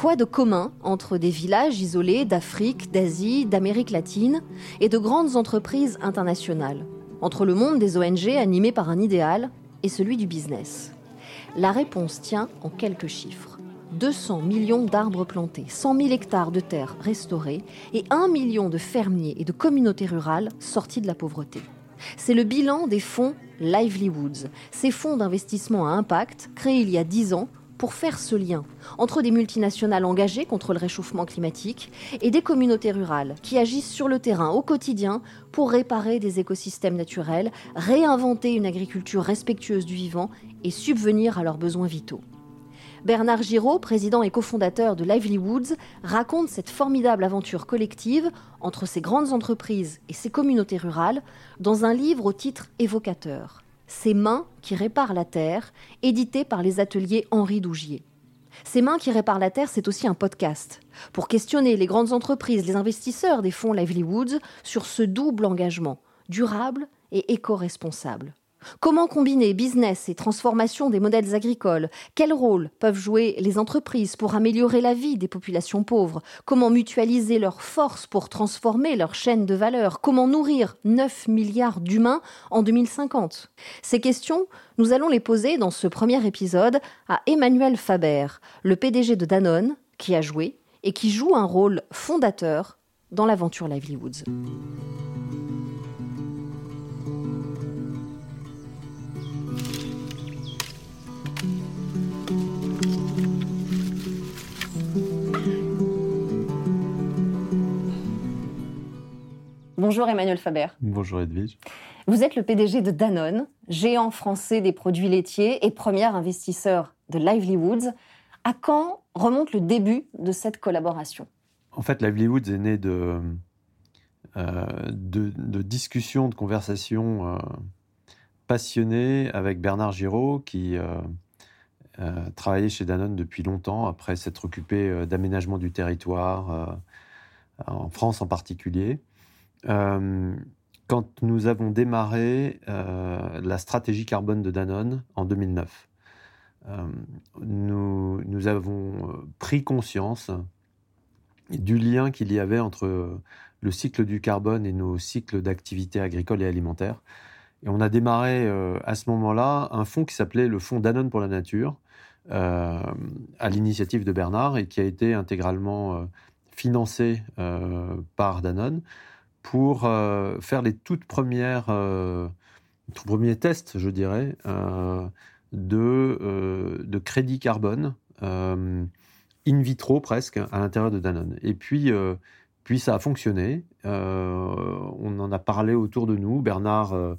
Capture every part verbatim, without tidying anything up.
Quoi de commun entre des villages isolés d'Afrique, d'Asie, d'Amérique latine et de grandes entreprises internationales, entre le monde des O N G animé par un idéal et celui du business? La réponse tient en quelques chiffres. deux cents millions d'arbres plantés, cent mille hectares de terres restaurées et un million de fermiers et de communautés rurales sortis de la pauvreté. C'est le bilan des fonds Livelihoods, ces fonds d'investissement à impact créés il y a dix ans pour faire ce lien entre des multinationales engagées contre le réchauffement climatique et des communautés rurales qui agissent sur le terrain au quotidien pour réparer des écosystèmes naturels, réinventer une agriculture respectueuse du vivant et subvenir à leurs besoins vitaux. Bernard Giraud, président et cofondateur de Livelihoods, raconte cette formidable aventure collective entre ces grandes entreprises et ces communautés rurales dans un livre au titre évocateur, Ces mains qui réparent la terre, édité par les ateliers Henri Dougier. Ces mains qui réparent la terre, c'est aussi un podcast pour questionner les grandes entreprises, les investisseurs des fonds Livelihoods sur ce double engagement, durable et éco-responsable. Comment combiner business et transformation des modèles agricoles? Quel rôle peuvent jouer les entreprises pour améliorer la vie des populations pauvres? Comment mutualiser leurs forces pour transformer leur chaîne de valeur? Comment nourrir neuf milliards d'humains en deux mille cinquante? Ces questions, nous allons les poser dans ce premier épisode à Emmanuel Faber, le P D G de Danone, qui a joué et qui joue un rôle fondateur dans l'aventure Livelihoods. Bonjour Emmanuel Faber. Bonjour Edwige. Vous êtes le P D G de Danone, géant français des produits laitiers et premier investisseur de Livelihoods. À quand remonte le début de cette collaboration? En fait, Livelihoods est né de, euh, de, de discussions, de conversations euh, passionnées avec Bernard Giraud, qui euh, euh, travaillait chez Danone depuis longtemps, après s'être occupé euh, d'aménagement du territoire, euh, en France en particulier. Euh, quand nous avons démarré euh, la stratégie carbone de Danone en deux mille neuf, euh, nous, nous avons pris conscience du lien qu'il y avait entre le cycle du carbone et nos cycles d'activité agricole et alimentaire. Et on a démarré euh, à ce moment-là un fonds qui s'appelait le Fonds Danone pour la Nature, euh, à l'initiative de Bernard, et qui a été intégralement euh, financé euh, par Danone, pour euh, faire les toutes premières, euh, tout premiers tests, je dirais, euh, de, euh, de crédit carbone, euh, in vitro presque, à l'intérieur de Danone. Et puis, euh, puis ça a fonctionné. Euh, on en a parlé autour de nous. Bernard euh,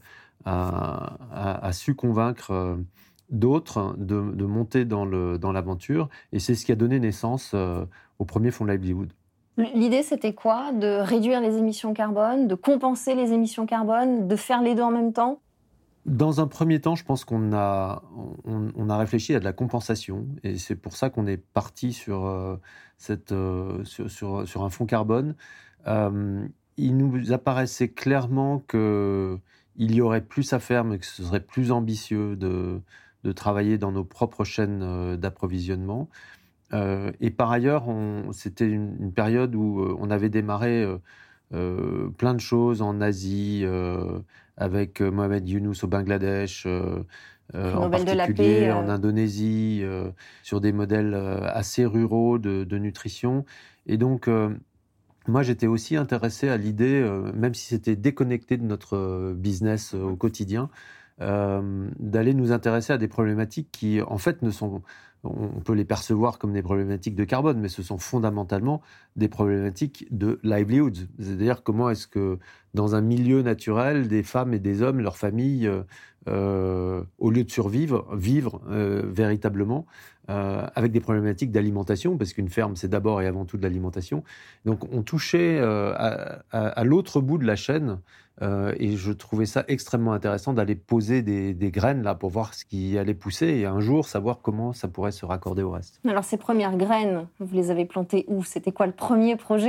a, a, a su convaincre euh, d'autres de, de monter dans, le, dans l'aventure. Et c'est ce qui a donné naissance euh, au premier fonds Livelihoods. L'idée, c'était quoi? De réduire les émissions carbone, de compenser les émissions carbone, de faire les deux en même temps? Dans un premier temps, je pense qu'on a, on, on a réfléchi à de la compensation. Et c'est pour ça qu'on est parti sur, euh, cette, euh, sur, sur, sur un fonds carbone. Euh, il nous apparaissait clairement qu'il y aurait plus à faire, mais que ce serait plus ambitieux de, de travailler dans nos propres chaînes d'approvisionnement. Euh, et par ailleurs, on, c'était une, une période où euh, on avait démarré euh, euh, plein de choses en Asie, euh, avec euh, Mohamed Younous au Bangladesh, euh, euh, en particulier paix, euh... en Indonésie, euh, sur des modèles euh, assez ruraux de, de nutrition. Et donc, euh, moi, j'étais aussi intéressé à l'idée, euh, même si c'était déconnecté de notre business euh, au quotidien, euh, d'aller nous intéresser à des problématiques qui, en fait, ne sont... On peut les percevoir comme des problématiques de carbone, mais ce sont fondamentalement des problématiques de livelihoods. C'est-à-dire comment est-ce que, dans un milieu naturel, des femmes et des hommes, leurs familles, euh, au lieu de survivre, vivre euh, véritablement euh, avec des problématiques d'alimentation, parce qu'une ferme, c'est d'abord et avant tout de l'alimentation. Donc, on touchait euh, à, à, à l'autre bout de la chaîne, euh, et je trouvais ça extrêmement intéressant d'aller poser des, des graines là pour voir ce qui allait pousser et un jour savoir comment ça pourrait se raccorder au reste. Alors, ces premières graines, vous les avez plantées où? C'était quoi le premier projet?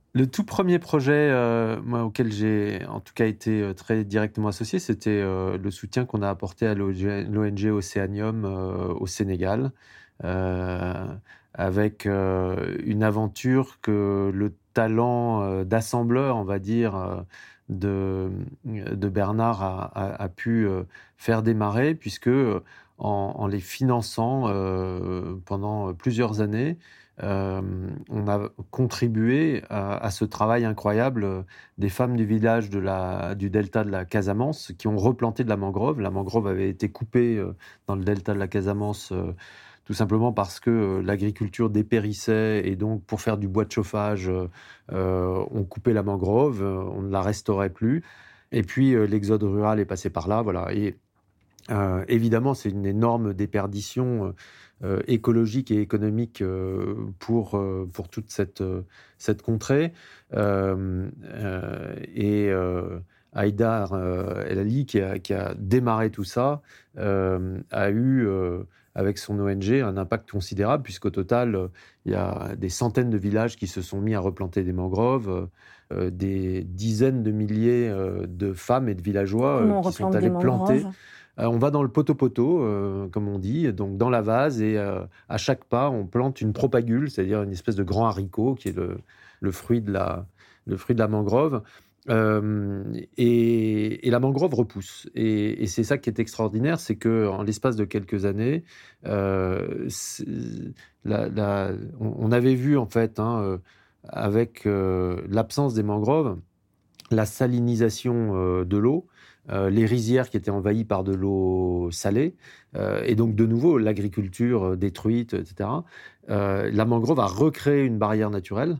Le tout premier projet euh, moi, auquel j'ai en tout cas été euh, très directement associé, c'était euh, le soutien qu'on a apporté à l'O N G Océanium euh, au Sénégal, euh, avec euh, une aventure que le talent euh, d'assembleur, on va dire, euh, de, de Bernard a, a- a pu euh, faire démarrer, puisque euh, en, en les finançant euh, pendant plusieurs années, euh, on a contribué à, à ce travail incroyable euh, des femmes du village de la, du delta de la Casamance qui ont replanté de la mangrove. La mangrove avait été coupée euh, dans le delta de la Casamance euh, tout simplement parce que euh, l'agriculture dépérissait et donc pour faire du bois de chauffage, euh, euh, on coupait la mangrove, euh, on ne la restaurait plus. Et puis euh, l'exode rural est passé par là, voilà. Et euh, évidemment, c'est une énorme déperdition euh, écologique et économique euh, pour, euh, pour toute cette, euh, cette contrée. Euh, euh, et euh, Haïdar euh, El Ali, qui a, qui a démarré tout ça, euh, a eu, euh, avec son O N G, un impact considérable, puisqu'au total, euh, il y a des centaines de villages qui se sont mis à replanter des mangroves, euh, des dizaines de milliers euh, de femmes et de villageois euh, Comment on qui sont replante des allés planter. mangroves? Euh, on va dans le poteau-poteau, euh, comme on dit, donc dans la vase, et euh, à chaque pas, on plante une propagule, c'est-à-dire une espèce de grand haricot qui est le, le fruit de la, le fruit de la mangrove. Euh, et, et la mangrove repousse. Et, et c'est ça qui est extraordinaire, c'est qu'en l'espace de quelques années, euh, c'est- la- la- on, on avait vu, en fait, hein, euh, avec euh, l'absence des mangroves, la salinisation euh, de l'eau, euh, les rizières qui étaient envahies par de l'eau salée, euh, et donc de nouveau l'agriculture euh, détruite, et cetera. Euh, la mangrove a recréé une barrière naturelle,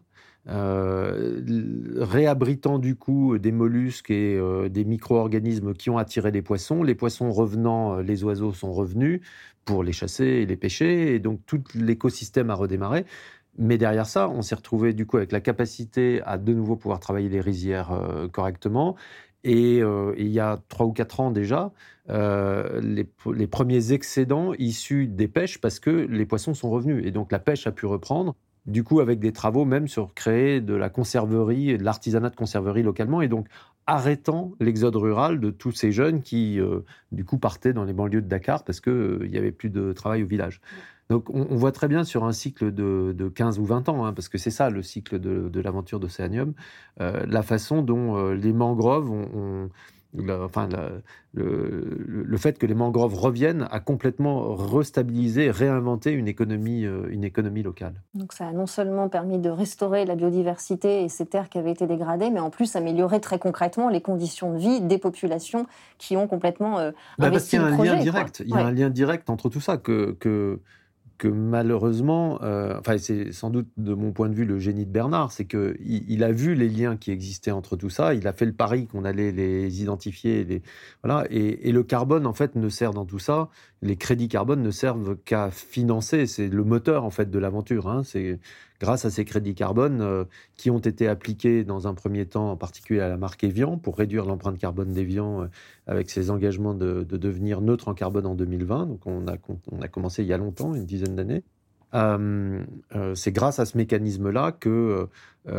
euh, l- réabritant du coup des mollusques et euh, des micro-organismes qui ont attiré les poissons. Les poissons revenant, euh, les oiseaux sont revenus pour les chasser et les pêcher, et donc tout l'écosystème a redémarré. Mais derrière ça, on s'est retrouvé du coup avec la capacité à de nouveau pouvoir travailler les rizières euh, correctement. Et euh, il y a trois ou quatre ans déjà, euh, les, les premiers excédents issus des pêches parce que les poissons sont revenus. Et donc la pêche a pu reprendre, du coup avec des travaux même sur créer de la conserverie et de l'artisanat de conserverie localement. Et donc arrêtant l'exode rural de tous ces jeunes qui, euh, du coup, partaient dans les banlieues de Dakar parce qu'il euh, n'y avait plus de travail au village. Donc on, on voit très bien sur un cycle de, de quinze ou vingt ans, hein, parce que c'est ça le cycle de, de l'aventure d'Océanium, euh, la façon dont euh, les mangroves ont... ont- la- enfin, la- le, le- le fait que les mangroves reviennent a complètement restabilisé, réinventé une économie, euh, une économie locale. Donc ça a non seulement permis de restaurer la biodiversité et ces terres qui avaient été dégradées, mais en plus améliorer très concrètement les conditions de vie des populations qui ont complètement euh, Bah, parce investi qu'il y a le un projet. lien quoi. direct, il y a Ouais. un lien direct entre tout ça que, que que malheureusement, euh, enfin c'est sans doute de mon point de vue le génie de Bernard, c'est que il, il a vu les liens qui existaient entre tout ça, il a fait le pari qu'on allait les identifier, les, voilà, et, et le carbone en fait ne sert dans tout ça, les crédits carbone ne servent qu'à financer, c'est le moteur en fait de l'aventure, hein, c'est grâce à ces crédits carbone euh, qui ont été appliqués dans un premier temps, en particulier à la marque Evian, pour réduire l'empreinte carbone d'Evian euh, avec ses engagements de, de devenir neutre en carbone en deux mille vingt. Donc on a, on a commencé il y a longtemps, une dizaine d'années. Euh, euh, c'est grâce à ce mécanisme-là que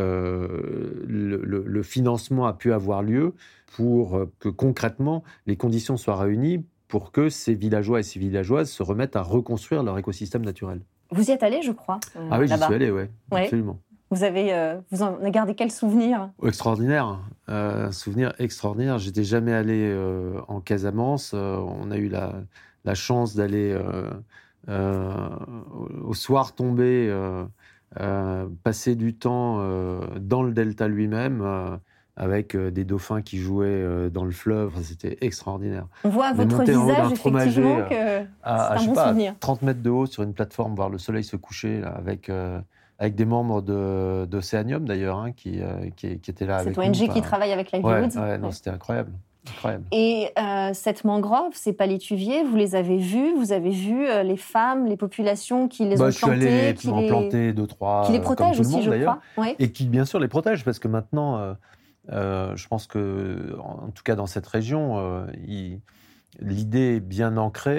euh, le, le- le financement a pu avoir lieu pour que concrètement les conditions soient réunies pour que ces villageois et ces villageoises se remettent à reconstruire leur écosystème naturel. Vous y êtes allé, je crois, euh, Ah oui, j'y là-bas. suis allé, ouais, Ouais. absolument. Vous avez, euh, vous en avez gardé quel souvenir? Extraordinaire, euh, souvenir extraordinaire. J'étais jamais allé euh, en Casamance. Euh, on a eu la, la chance d'aller euh, euh, au, au soir tombé, euh, euh, passer du temps euh, dans le delta lui-même, euh, avec euh, des dauphins qui jouaient euh, dans le fleuve. Enfin, c'était extraordinaire. On voit à On est votre monté en haut visage, d'un fromager, effectivement, euh, que à, à, c'est un je sais bon pas, à souvenir. trente mètres de haut sur une plateforme, voir le soleil se coucher là, avec, euh, avec des membres de, d'Océanium d'ailleurs, hein, qui, euh, qui, qui étaient là avec Cette O N G nous. qui Enfin, travaille avec ouais, Livelihoods. ouais, non, Ouais. c'était incroyable. incroyable. Et euh, cette mangrove, ces palétuviers, vous les avez vus? Vous avez vu euh, les femmes, les populations qui les Bah, ont je suis allé plantées, les, qui en les, planter deux, trois, qui les euh, comme protègent tout le aussi, monde je d'ailleurs, crois. Ouais. et qui bien sûr les protègent, parce que maintenant, euh, euh, je pense que, en tout cas dans cette région, euh, il- l'idée est bien ancrée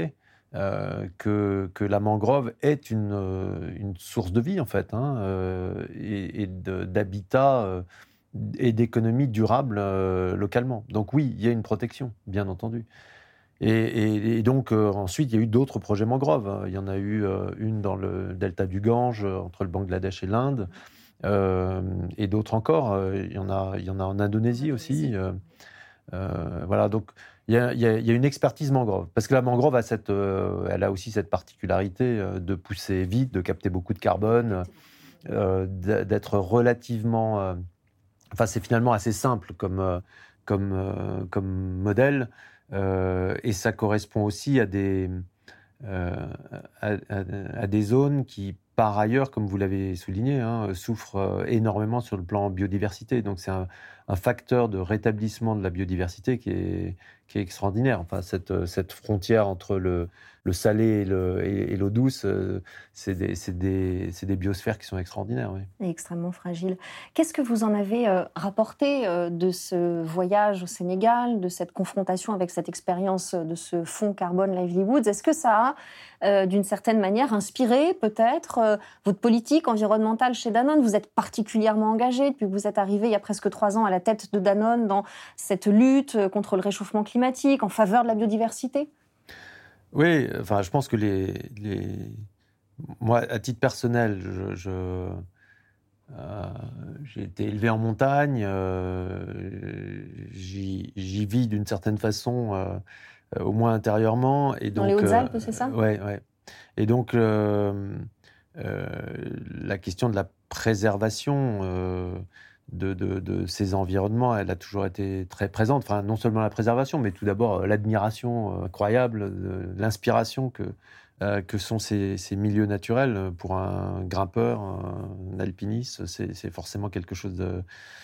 euh, que, que la mangrove est une, euh, une source de vie, en fait, hein, euh, et, et de, d'habitat euh, et d'économie durable euh, localement. Donc oui, il y a une protection, bien entendu. Et, et, et donc, euh, ensuite, il y a eu d'autres projets mangroves. Il y en a eu euh, une dans le delta du Gange, euh, entre le Bangladesh et l'Inde, euh, et d'autres encore. Euh, il y en a, il y en a en Indonésie aussi. Euh, euh, voilà, donc il y, a, il, y a, il y a une expertise mangrove. Parce que la mangrove, a cette, euh, elle a aussi cette particularité euh, de pousser vite, de capter beaucoup de carbone, euh, d'être relativement... Euh, enfin, c'est finalement assez simple comme, euh, comme, euh, comme modèle. Euh, et ça correspond aussi à des, euh, à, à, à des zones qui, par ailleurs, comme vous l'avez souligné, hein, souffrent euh, énormément sur le plan biodiversité. Donc c'est un, un facteur de rétablissement de la biodiversité qui est, qui est extraordinaire. Enfin, cette, cette frontière entre le, le salé et, le, et, et l'eau douce, euh, c'est, des, c'est, des, c'est des biosphères qui sont extraordinaires. Oui. Et extrêmement fragiles. Qu'est-ce que vous en avez euh, rapporté euh, de ce voyage au Sénégal, de cette confrontation avec cette expérience de ce fonds carbone Livelihoods? Est-ce que ça a, euh, d'une certaine manière, inspiré peut-être euh, votre politique environnementale chez Danone? Vous êtes particulièrement engagé depuis que vous êtes arrivé il y a presque trois ans à la tête de Danone dans cette lutte contre le réchauffement climatique, en faveur de la biodiversité? Oui, enfin, je pense que les, les... moi, à titre personnel, je, je... Euh, j'ai été élevé en montagne, euh, j'y, j'y vis d'une certaine façon, euh, au moins intérieurement. Et donc, dans les Hautes-Alpes, euh, c'est ça? Ouais, ouais. Et donc, euh, euh, la question de la préservation euh, de, de, de ces environnements, elle a toujours été très présente. Enfin, non seulement la préservation, mais tout d'abord l'admiration incroyable, l'inspiration que Euh, que sont ces, ces milieux naturels. Pour un grimpeur, un alpiniste, c'est, c'est forcément quelque chose de,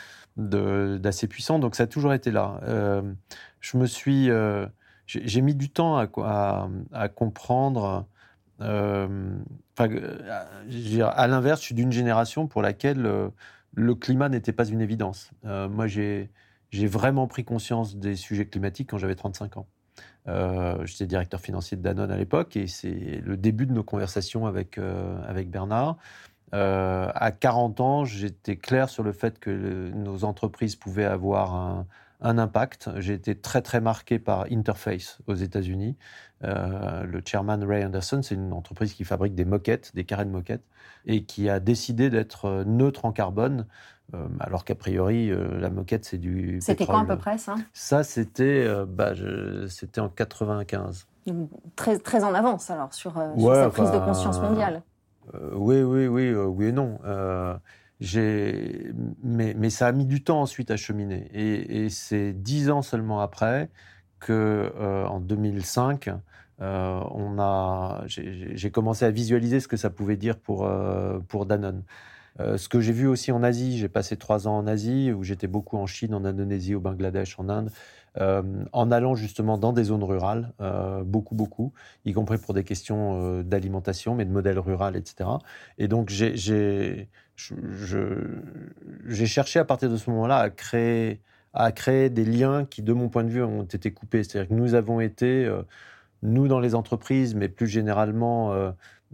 de, d'assez puissant. Donc ça a toujours été là. Euh, je me suis, euh, j'ai, j'ai mis du temps à, à, à comprendre. Euh, enfin, je veux dire, à l'inverse, je suis d'une génération pour laquelle euh, le climat n'était pas une évidence. Euh, moi, j'ai, j'ai vraiment pris conscience des sujets climatiques quand j'avais trente-cinq ans. Euh, j'étais directeur financier de Danone à l'époque et c'est le début de nos conversations avec, euh, avec Bernard. Euh, à quarante ans, j'étais clair sur le fait que le, nos entreprises pouvaient avoir un, un impact. J'ai été très très marqué par Interface aux États-Unis. Euh, le chairman Ray Anderson, c'est une entreprise qui fabrique des moquettes, des carrés de moquettes, et qui a décidé d'être neutre en carbone. Euh, alors qu'a priori, euh, la moquette, c'est du C'était pétrole. quand à peu près, ça? Ça, c'était, euh, bah, je, c'était en quatre-vingt-quinze. Très, très en avance, alors, sur, euh, Ouais, sur cette enfin, prise de conscience mondiale. Euh, oui, oui, oui, euh, oui et non. Euh, j'ai... Mais, mais ça a mis du temps ensuite à cheminer. Et, et c'est dix ans seulement après que, euh, en deux mille cinq, euh, on a... j'ai, j'ai commencé à visualiser ce que ça pouvait dire pour, euh, pour Danone. Euh, ce que j'ai vu aussi en Asie, j'ai passé trois ans en Asie, où j'étais beaucoup en Chine, en Indonésie, au Bangladesh, en Inde, euh, en allant justement dans des zones rurales, euh, beaucoup, beaucoup, y compris pour des questions euh, d'alimentation, mais de modèle rural, et cetera. Et donc, j'ai, j'ai, je, je, j'ai cherché à partir de ce moment-là à créer, à créer des liens qui, de mon point de vue, ont été coupés. C'est-à-dire que nous avons été, euh, nous dans les entreprises, mais plus généralement... Euh,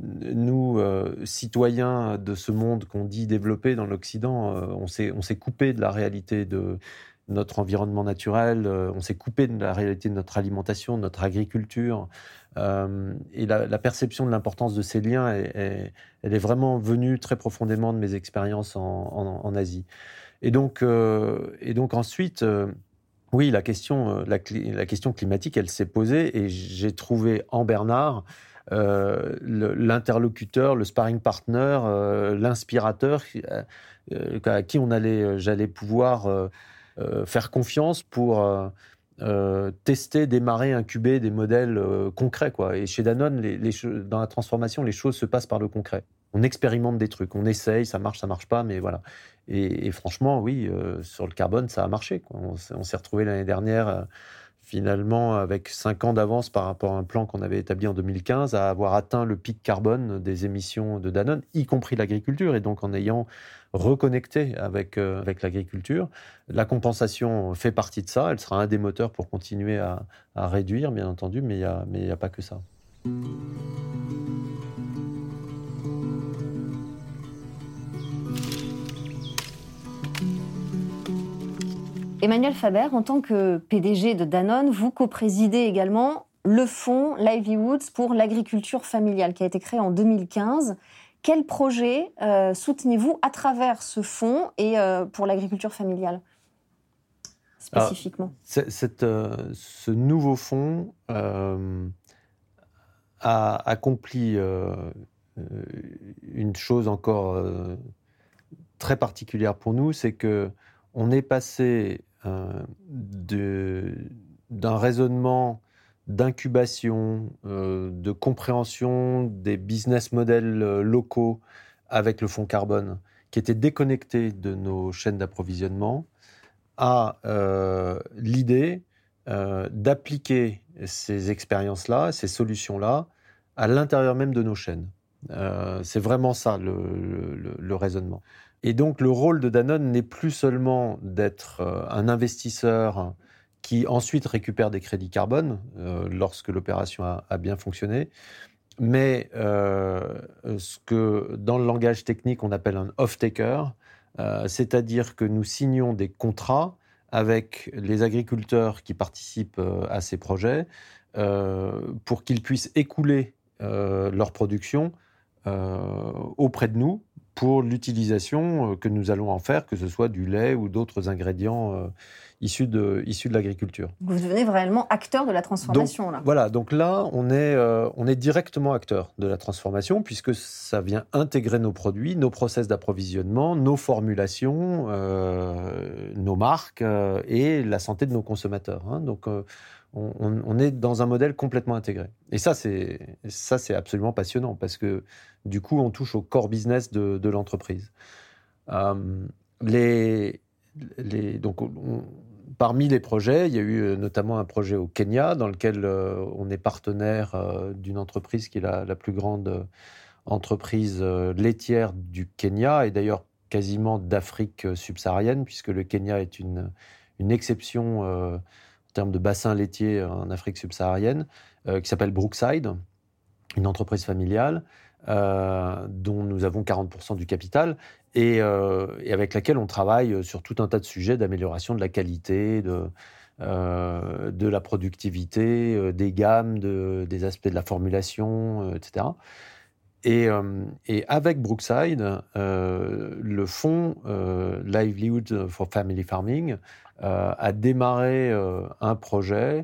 nous, euh, citoyens de ce monde qu'on dit développé dans l'Occident, euh, on s'est, on s'est coupé de la réalité de notre environnement naturel, euh, on s'est coupé de la réalité de notre alimentation, de notre agriculture. Euh, et la, la perception de l'importance de ces liens, est, est, elle est vraiment venue très profondément de mes expériences en, en, en Asie. Et donc, euh, et donc ensuite... Euh, oui, la question, la, la question climatique, elle s'est posée et j'ai trouvé en Bernard euh, le, l'interlocuteur, le sparring partner, euh, l'inspirateur euh, à qui on allait, j'allais pouvoir euh, euh, faire confiance pour euh, euh, tester, démarrer, incuber des modèles euh, concrets, quoi. Et chez Danone, les, les, dans la transformation, les choses se passent par le concret. On expérimente des trucs, on essaye, ça marche, ça marche pas, mais voilà. Et, et franchement, oui, euh, sur le carbone, ça a marché, quoi. On, on s'est retrouvé l'année dernière, euh, finalement, avec cinq ans d'avance par rapport à un plan qu'on avait établi en deux mille quinze, à avoir atteint le pic carbone des émissions de Danone, y compris l'agriculture, et donc en ayant reconnecté avec, euh, avec l'agriculture. La compensation fait partie de ça, elle sera un des moteurs pour continuer à, à réduire, bien entendu, mais il n'y a, mais il n'y a pas que ça. Emmanuel Faber, en tant que P D G de Danone, vous coprésidez également le fonds Livelihoods pour l'agriculture familiale qui a été créé en deux mille quinze. Quel projet euh, soutenez-vous à travers ce fonds et euh, pour l'agriculture familiale spécifiquement? Alors, c'est, c'est, euh, ce nouveau fonds euh, a accompli euh, une chose encore euh, très particulière pour nous, c'est que on est passé euh, de, d'un raisonnement d'incubation, euh, de compréhension des business models euh, locaux avec le fonds carbone, qui était déconnecté de nos chaînes d'approvisionnement, à euh, l'idée euh, d'appliquer ces expériences-là, ces solutions-là, à l'intérieur même de nos chaînes. Euh, c'est vraiment ça le, le, le raisonnement. Et donc le rôle de Danone n'est plus seulement d'être euh, un investisseur qui ensuite récupère des crédits carbone euh, lorsque l'opération a, a bien fonctionné, mais euh, ce que dans le langage technique on appelle un off-taker, euh, c'est-à-dire que nous signons des contrats avec les agriculteurs qui participent euh, à ces projets euh, pour qu'ils puissent écouler euh, leur production euh, auprès de nous pour l'utilisation que nous allons en faire, que ce soit du lait ou d'autres ingrédients euh, issus de, issus de l'agriculture. Vous devenez vraiment acteur de la transformation, donc, là. Voilà, donc là, on est, euh, on est directement acteur de la transformation, puisque ça vient intégrer nos produits, nos process d'approvisionnement, nos formulations, euh, nos marques euh, et la santé de nos consommateurs. Hein. Donc, euh, on, on est dans un modèle complètement intégré. Et ça, c'est, ça, c'est absolument passionnant, parce que du coup, on touche au core business de, de l'entreprise. Euh, les, les, donc, on, parmi les projets, il y a eu notamment un projet au Kenya, dans lequel euh, on est partenaire euh, d'une entreprise qui est la, la plus grande euh, entreprise euh, laitière du Kenya, et d'ailleurs quasiment d'Afrique subsaharienne, puisque le Kenya est une, une exception euh, en termes de bassin laitier en Afrique subsaharienne, euh, qui s'appelle Brookside, une entreprise familiale, Euh, dont nous avons quarante pour cent du capital et, euh, et avec laquelle on travaille sur tout un tas de sujets d'amélioration de la qualité, de, euh, de la productivité, euh, des gammes, de, des aspects de la formulation, euh, et cetera. Et, euh, et avec Brookside, euh, le fonds euh, Livelihood for Family Farming euh, a démarré euh, un projet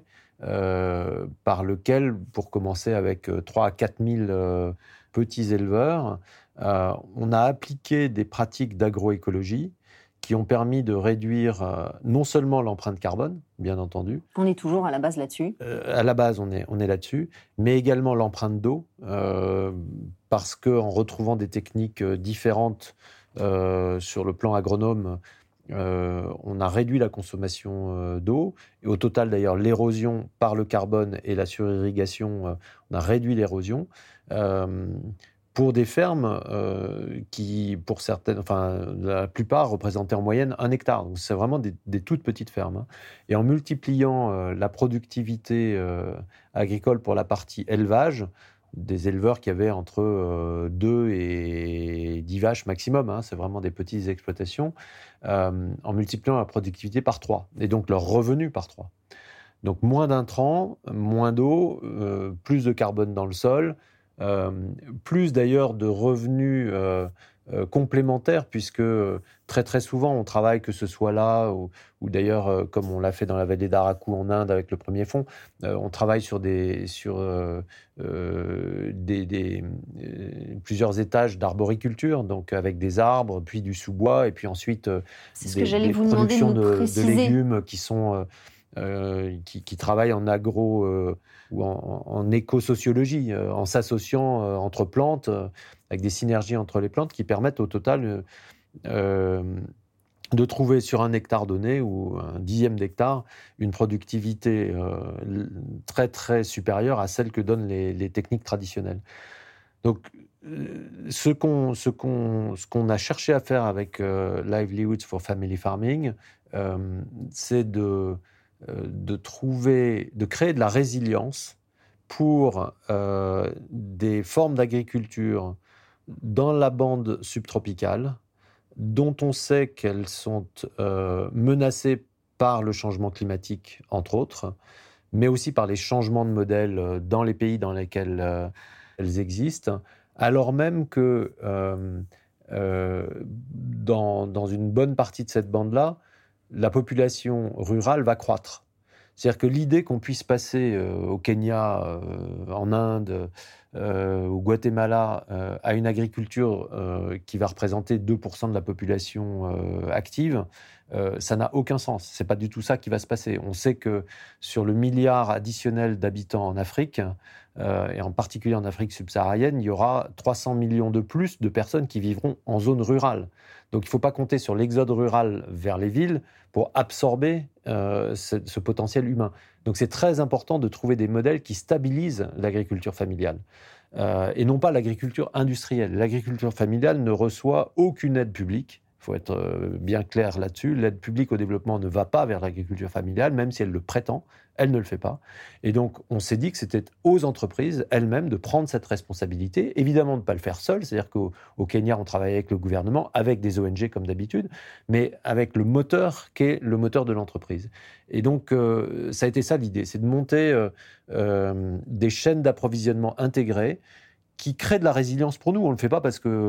euh, par lequel, pour commencer avec trois à quatre mille euh, petits éleveurs, euh, on a appliqué des pratiques d'agroécologie qui ont permis de réduire euh, non seulement l'empreinte carbone, bien entendu. On est toujours à la base là-dessus. Euh, à la base, on est, on est là-dessus, mais également l'empreinte d'eau, euh, parce qu'en retrouvant des techniques différentes euh, sur le plan agronome, euh, on a réduit la consommation euh, d'eau. Et au total, d'ailleurs, l'érosion par le carbone et la surirrigation, euh, on a réduit l'érosion. Euh, pour des fermes euh, qui, pour certaines, enfin, la plupart représentaient en moyenne un hectare. Donc, c'est vraiment des, des toutes petites fermes. Hein. Et en multipliant euh, la productivité euh, agricole pour la partie élevage, des éleveurs qui avaient entre euh, deux et dix vaches maximum, hein, c'est vraiment des petites exploitations, euh, en multipliant la productivité par trois, et donc leur revenu par trois. Donc moins d'intrants, moins d'eau, euh, plus de carbone dans le sol, Euh, plus d'ailleurs de revenus euh, euh, complémentaires, puisque euh, très très souvent on travaille, que ce soit là ou, ou d'ailleurs euh, comme on l'a fait dans la vallée d'Araku en Inde avec le premier fonds, euh, on travaille sur des sur euh, euh, des, des euh, plusieurs étages d'arboriculture, donc avec des arbres, puis du sous-bois, et puis ensuite euh, C'est ce des, que j'allais des vous demander de productions nous de, de préciser. légumes qui sont euh, Euh, qui, qui travaillent en agro euh, ou en, en éco-sociologie, euh, en s'associant euh, entre plantes, euh, avec des synergies entre les plantes qui permettent au total euh, euh, de trouver sur un hectare donné ou un dixième d'hectare une productivité euh, très très supérieure à celle que donnent les, les techniques traditionnelles. Donc, euh, ce qu'on, ce, qu'on, ce qu'on a cherché à faire avec euh, Livelihoods for Family Farming, euh, c'est de de trouver, de créer de la résilience pour euh, des formes d'agriculture dans la bande subtropicale, dont on sait qu'elles sont euh, menacées par le changement climatique, entre autres, mais aussi par les changements de modèle dans les pays dans lesquels euh, elles existent, alors même que euh, euh, dans, dans une bonne partie de cette bande-là, la population rurale va croître. C'est-à-dire que l'idée qu'on puisse passer euh, au Kenya, euh, en Inde, euh, au Guatemala, euh, à une agriculture euh, qui va représenter deux pour cent de la population euh, active, euh, ça n'a aucun sens. Ce n'est pas du tout ça qui va se passer. On sait que sur le milliard additionnel d'habitants en Afrique, euh, et en particulier en Afrique subsaharienne, il y aura trois cents millions de plus de personnes qui vivront en zone rurale. Donc il ne faut pas compter sur l'exode rural vers les villes pour absorber euh, ce, ce potentiel humain. Donc c'est très important de trouver des modèles qui stabilisent l'agriculture familiale euh, et non pas l'agriculture industrielle. L'agriculture familiale ne reçoit aucune aide publique. Il faut être euh, bien clair là-dessus. L'aide publique au développement ne va pas vers l'agriculture familiale, même si elle le prétend. Elle ne le fait pas. Et donc, on s'est dit que c'était aux entreprises elles-mêmes de prendre cette responsabilité. Évidemment, de ne pas le faire seul. C'est-à-dire qu'au au Kenya, on travaille avec le gouvernement, avec des O N G comme d'habitude, mais avec le moteur qui est le moteur de l'entreprise. Et donc, euh, ça a été ça l'idée. C'est de monter euh, euh, des chaînes d'approvisionnement intégrées qui créent de la résilience pour nous. On ne le fait pas parce que,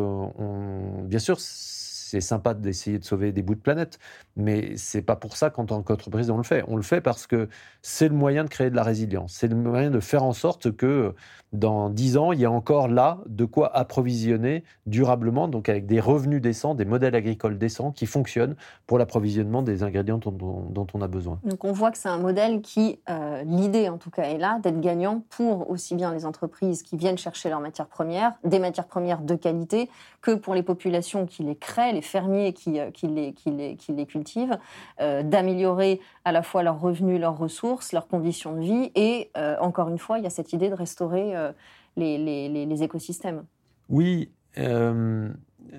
on, bien sûr, c'est sympa d'essayer de sauver des bouts de planète, mais c'est pas pour ça qu'en tant qu'entreprise on le fait. On le fait parce que c'est le moyen de créer de la résilience. C'est le moyen de faire en sorte que dans dix ans, il y a encore là de quoi approvisionner durablement, donc avec des revenus décents, des modèles agricoles décents qui fonctionnent pour l'approvisionnement des ingrédients dont, dont, dont on a besoin. Donc on voit que c'est un modèle qui, euh, l'idée en tout cas est là, d'être gagnant pour aussi bien les entreprises qui viennent chercher leurs matières premières, des matières premières de qualité, que pour les populations qui les créent, les fermiers qui, qui, les, qui, les, qui les cultivent, euh, d'améliorer à la fois leurs revenus, leurs ressources, leurs conditions de vie, et euh, encore une fois, il y a cette idée de restaurer euh, les, les, les, les écosystèmes. Oui, euh,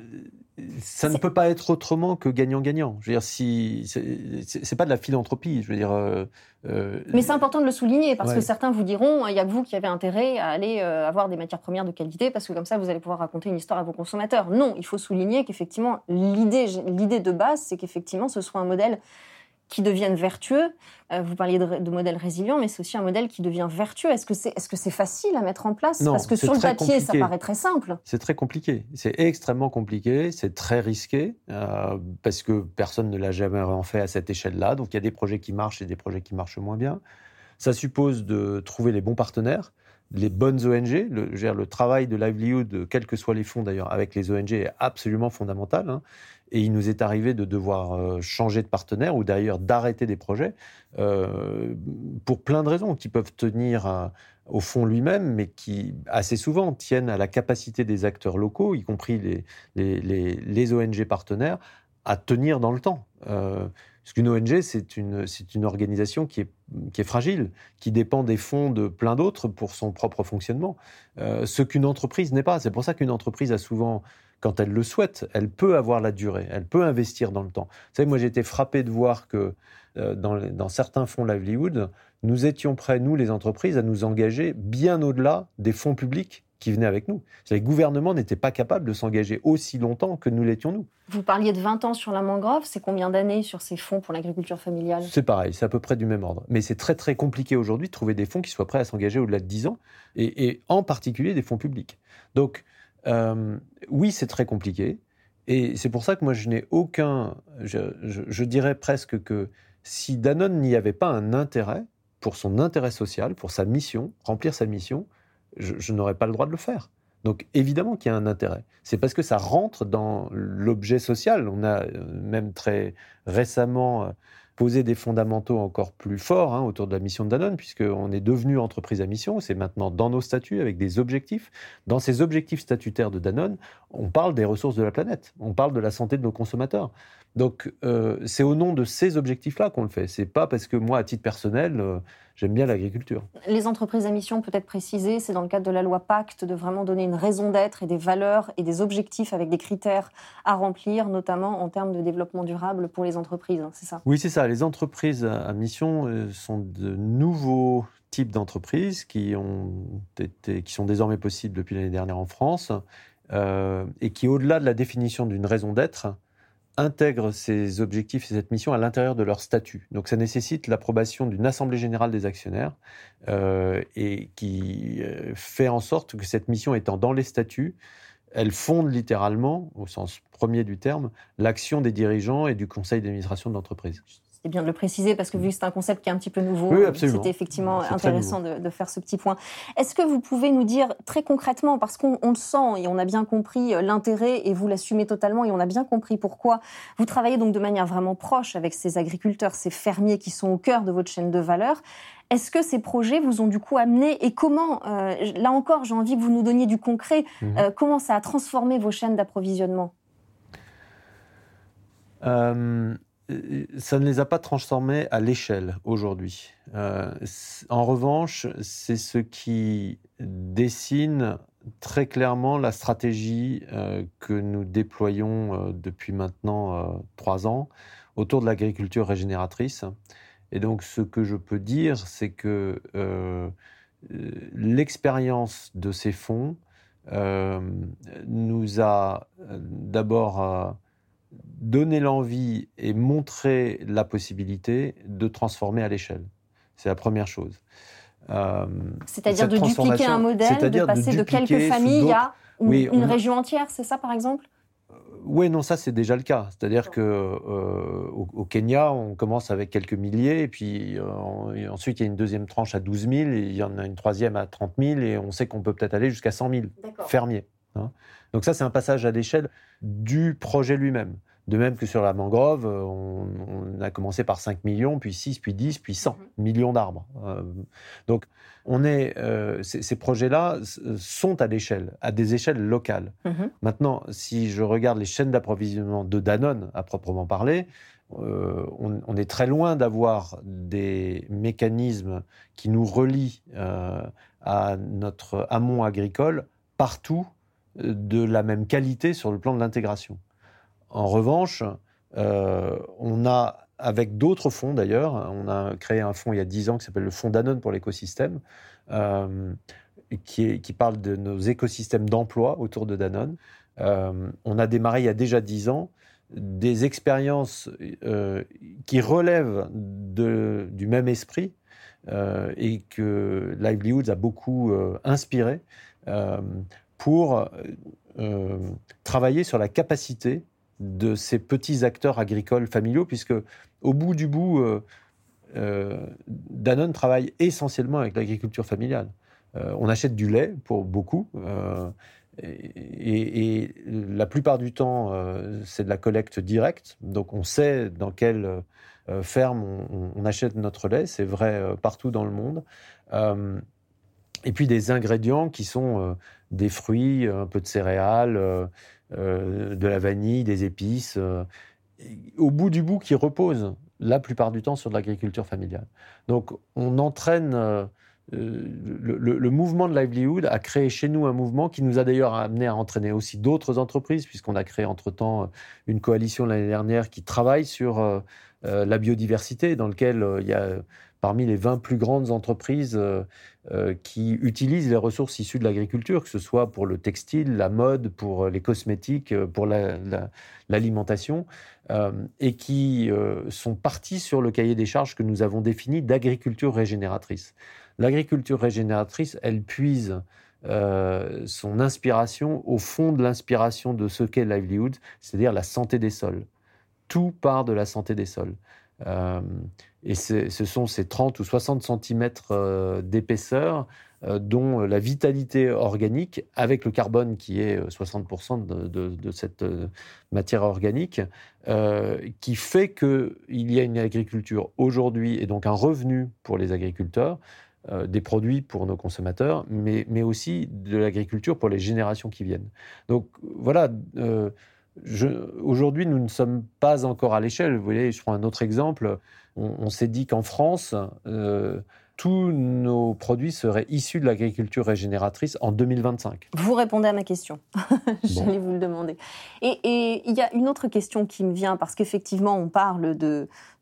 ça ne peut pas être autrement que gagnant-gagnant. Je veux dire, si c'est, c'est pas de la philanthropie. Je veux dire. Euh, euh, Mais c'est important de le souligner parce ouais. que certains vous diront, il y a que vous qui avez intérêt à aller euh, avoir des matières premières de qualité parce que comme ça vous allez pouvoir raconter une histoire à vos consommateurs. Non, il faut souligner qu'effectivement l'idée, l'idée de base, c'est qu'effectivement ce soit un modèle qui deviennent vertueux. Euh, vous parliez de, de modèle résilient, mais c'est aussi un modèle qui devient vertueux. Est-ce que c'est, est-ce que c'est facile à mettre en place ? Non, parce que sur le papier, compliqué. Ça paraît très simple. C'est très compliqué. C'est extrêmement compliqué. C'est très risqué euh, parce que personne ne l'a jamais fait à cette échelle-là. Donc il y a des projets qui marchent et des projets qui marchent moins bien. Ça suppose de trouver les bons partenaires, les bonnes O N G. Le, je veux dire, le travail de livelihood, quels que soient les fonds d'ailleurs, avec les O N G est absolument fondamental. Hein. Et il nous est arrivé de devoir euh, changer de partenaire ou d'ailleurs d'arrêter des projets euh, pour plein de raisons qui peuvent tenir à, au fonds lui-même, mais qui assez souvent tiennent à la capacité des acteurs locaux, y compris les, les, les, les O N G partenaires, à tenir dans le temps. Euh, parce qu'une O N G, c'est une, c'est une organisation qui est, qui est fragile, qui dépend des fonds de plein d'autres pour son propre fonctionnement. Euh, ce qu'une entreprise n'est pas. C'est pour ça qu'une entreprise a souvent, quand elle le souhaite, elle peut avoir la durée, elle peut investir dans le temps. Vous savez, moi j'ai été frappé de voir que euh, dans, les, dans certains fonds livelihood, nous étions prêts, nous les entreprises, à nous engager bien au-delà des fonds publics qui venaient avec nous. Les gouvernements n'étaient pas capables de s'engager aussi longtemps que nous l'étions nous. Vous parliez de vingt ans sur la mangrove, c'est combien d'années sur ces fonds pour l'agriculture familiale ? C'est pareil, c'est à peu près du même ordre. Mais c'est très très compliqué aujourd'hui de trouver des fonds qui soient prêts à s'engager au-delà de dix ans, et, et en particulier des fonds publics. Donc euh, oui, c'est très compliqué, et c'est pour ça que moi je n'ai aucun... Je, je, je dirais presque que si Danone n'y avait pas un intérêt, pour son intérêt social, pour sa mission, remplir sa mission, je, je n'aurais pas le droit de le faire. Donc évidemment qu'il y a un intérêt. C'est parce que ça rentre dans l'objet social. On a même très récemment posé des fondamentaux encore plus forts hein, autour de la mission de Danone, puisqu'on est devenu entreprise à mission. C'est maintenant dans nos statuts avec des objectifs. Dans ces objectifs statutaires de Danone, on parle des ressources de la planète. On parle de la santé de nos consommateurs. Donc euh, c'est au nom de ces objectifs-là qu'on le fait. C'est pas parce que moi, à titre personnel, euh, j'aime bien l'agriculture. Les entreprises à mission, peut-être préciser, c'est dans le cadre de la loi Pacte de vraiment donner une raison d'être et des valeurs et des objectifs avec des critères à remplir, notamment en termes de développement durable pour les entreprises, hein, c'est ça ? Oui, c'est ça. Les entreprises à mission sont de nouveaux types d'entreprises qui, ont été, qui sont désormais possibles depuis l'année dernière en France euh, et qui, au-delà de la définition d'une raison d'être, intègrent ces objectifs et cette mission à l'intérieur de leur statut. Donc ça nécessite l'approbation d'une assemblée générale des actionnaires euh, et qui euh, fait en sorte que cette mission étant dans les statuts, elle fonde littéralement, au sens premier du terme, l'action des dirigeants et du conseil d'administration de l'entreprise. C'est bien de le préciser parce que vu que c'est un concept qui est un petit peu nouveau, oui, c'était effectivement c'est intéressant de, de faire ce petit point. Est-ce que vous pouvez nous dire très concrètement, parce qu'on on le sent et on a bien compris l'intérêt et vous l'assumez totalement et on a bien compris pourquoi, vous travaillez donc de manière vraiment proche avec ces agriculteurs, ces fermiers qui sont au cœur de votre chaîne de valeur. Est-ce que ces projets vous ont du coup amené et comment, euh, là encore j'ai envie que vous nous donniez du concret, mmh. euh, comment ça a transformé vos chaînes d'approvisionnement ? euh... Ça ne les a pas transformés à l'échelle aujourd'hui. Euh, en revanche, c'est ce qui dessine très clairement la stratégie euh, que nous déployons euh, depuis maintenant euh, trois ans autour de l'agriculture régénératrice. Et donc, ce que je peux dire, c'est que euh, l'expérience de ces fonds euh, nous a d'abord euh, donner l'envie et montrer la possibilité de transformer à l'échelle. C'est la première chose. Euh, c'est-à-dire de dupliquer un modèle, de passer de, de quelques familles à une, oui, une a... région entière, c'est ça par exemple ? Oui, non, ça c'est déjà le cas. C'est-à-dire qu'au euh, au Kenya, on commence avec quelques milliers, et puis euh, et ensuite il y a une deuxième tranche à douze mille, et il y en a une troisième à trente mille, et on sait qu'on peut peut-être aller jusqu'à cent mille fermiers. Hein. Donc ça, c'est un passage à l'échelle du projet lui-même. De même que sur la mangrove, on, on a commencé par cinq millions, puis six, puis dix, puis cent mmh. millions d'arbres. Euh, donc, on est, euh, c- ces projets-là sont à l'échelle, à des échelles locales. Mmh. Maintenant, si je regarde les chaînes d'approvisionnement de Danone, à proprement parler, euh, on, on est très loin d'avoir des mécanismes qui nous relient euh, à notre amont agricole partout de la même qualité sur le plan de l'intégration. En revanche, euh, on a, avec d'autres fonds d'ailleurs, on a créé un fonds il y a dix ans qui s'appelle le Fonds Danone pour l'écosystème, euh, qui, est, qui parle de nos écosystèmes d'emploi autour de Danone. Euh, on a démarré il y a déjà dix ans des expériences euh, qui relèvent de, du même esprit euh, et que Livelihoods a beaucoup euh, inspiré euh, pour euh, travailler sur la capacité de ces petits acteurs agricoles familiaux, puisque au bout du bout, euh, euh, Danone travaille essentiellement avec l'agriculture familiale. Euh, on achète du lait pour beaucoup, euh, et, et la plupart du temps, euh, c'est de la collecte directe, donc on sait dans quelle euh, ferme on, on achète notre lait, c'est vrai euh, partout dans le monde. Euh, et puis des ingrédients qui sont euh, des fruits, un peu de céréales, euh, Euh, de la vanille, des épices, euh, au bout du bout qui reposent la plupart du temps sur de l'agriculture familiale. Donc on entraîne, euh, le, le, le mouvement de Livelihood a créé chez nous un mouvement qui nous a d'ailleurs amené à entraîner aussi d'autres entreprises, puisqu'on a créé entre-temps une coalition l'année dernière qui travaille sur euh, euh, la biodiversité, dans laquelle euh, il y a parmi les vingt plus grandes entreprises euh, euh, qui utilisent les ressources issues de l'agriculture, que ce soit pour le textile, la mode, pour les cosmétiques, pour la, la, l'alimentation, euh, et qui euh, sont partis sur le cahier des charges que nous avons défini d'agriculture régénératrice. L'agriculture régénératrice, elle puise euh, son inspiration au fond de l'inspiration de ce qu'est Livelihood, c'est-à-dire la santé des sols. Tout part de la santé des sols. Euh, et c'est, ce sont ces trente ou soixante centimètres euh, d'épaisseur euh, dont la vitalité organique, avec le carbone qui est soixante pour cent de, de, de cette euh, matière organique, euh, qui fait qu'il y a une agriculture aujourd'hui et donc un revenu pour les agriculteurs, euh, des produits pour nos consommateurs, mais, mais aussi de l'agriculture pour les générations qui viennent. Donc voilà... Euh, Je, aujourd'hui, nous ne sommes pas encore à l'échelle. Vous voyez, je prends un autre exemple. On, on s'est dit qu'en France, euh, tous nos produits seraient issus de l'agriculture régénératrice en deux mille vingt-cinq. Vous répondez à ma question. J'allais bon. vous le demander. Et il y a une autre question qui me vient, parce qu'effectivement, on parle de,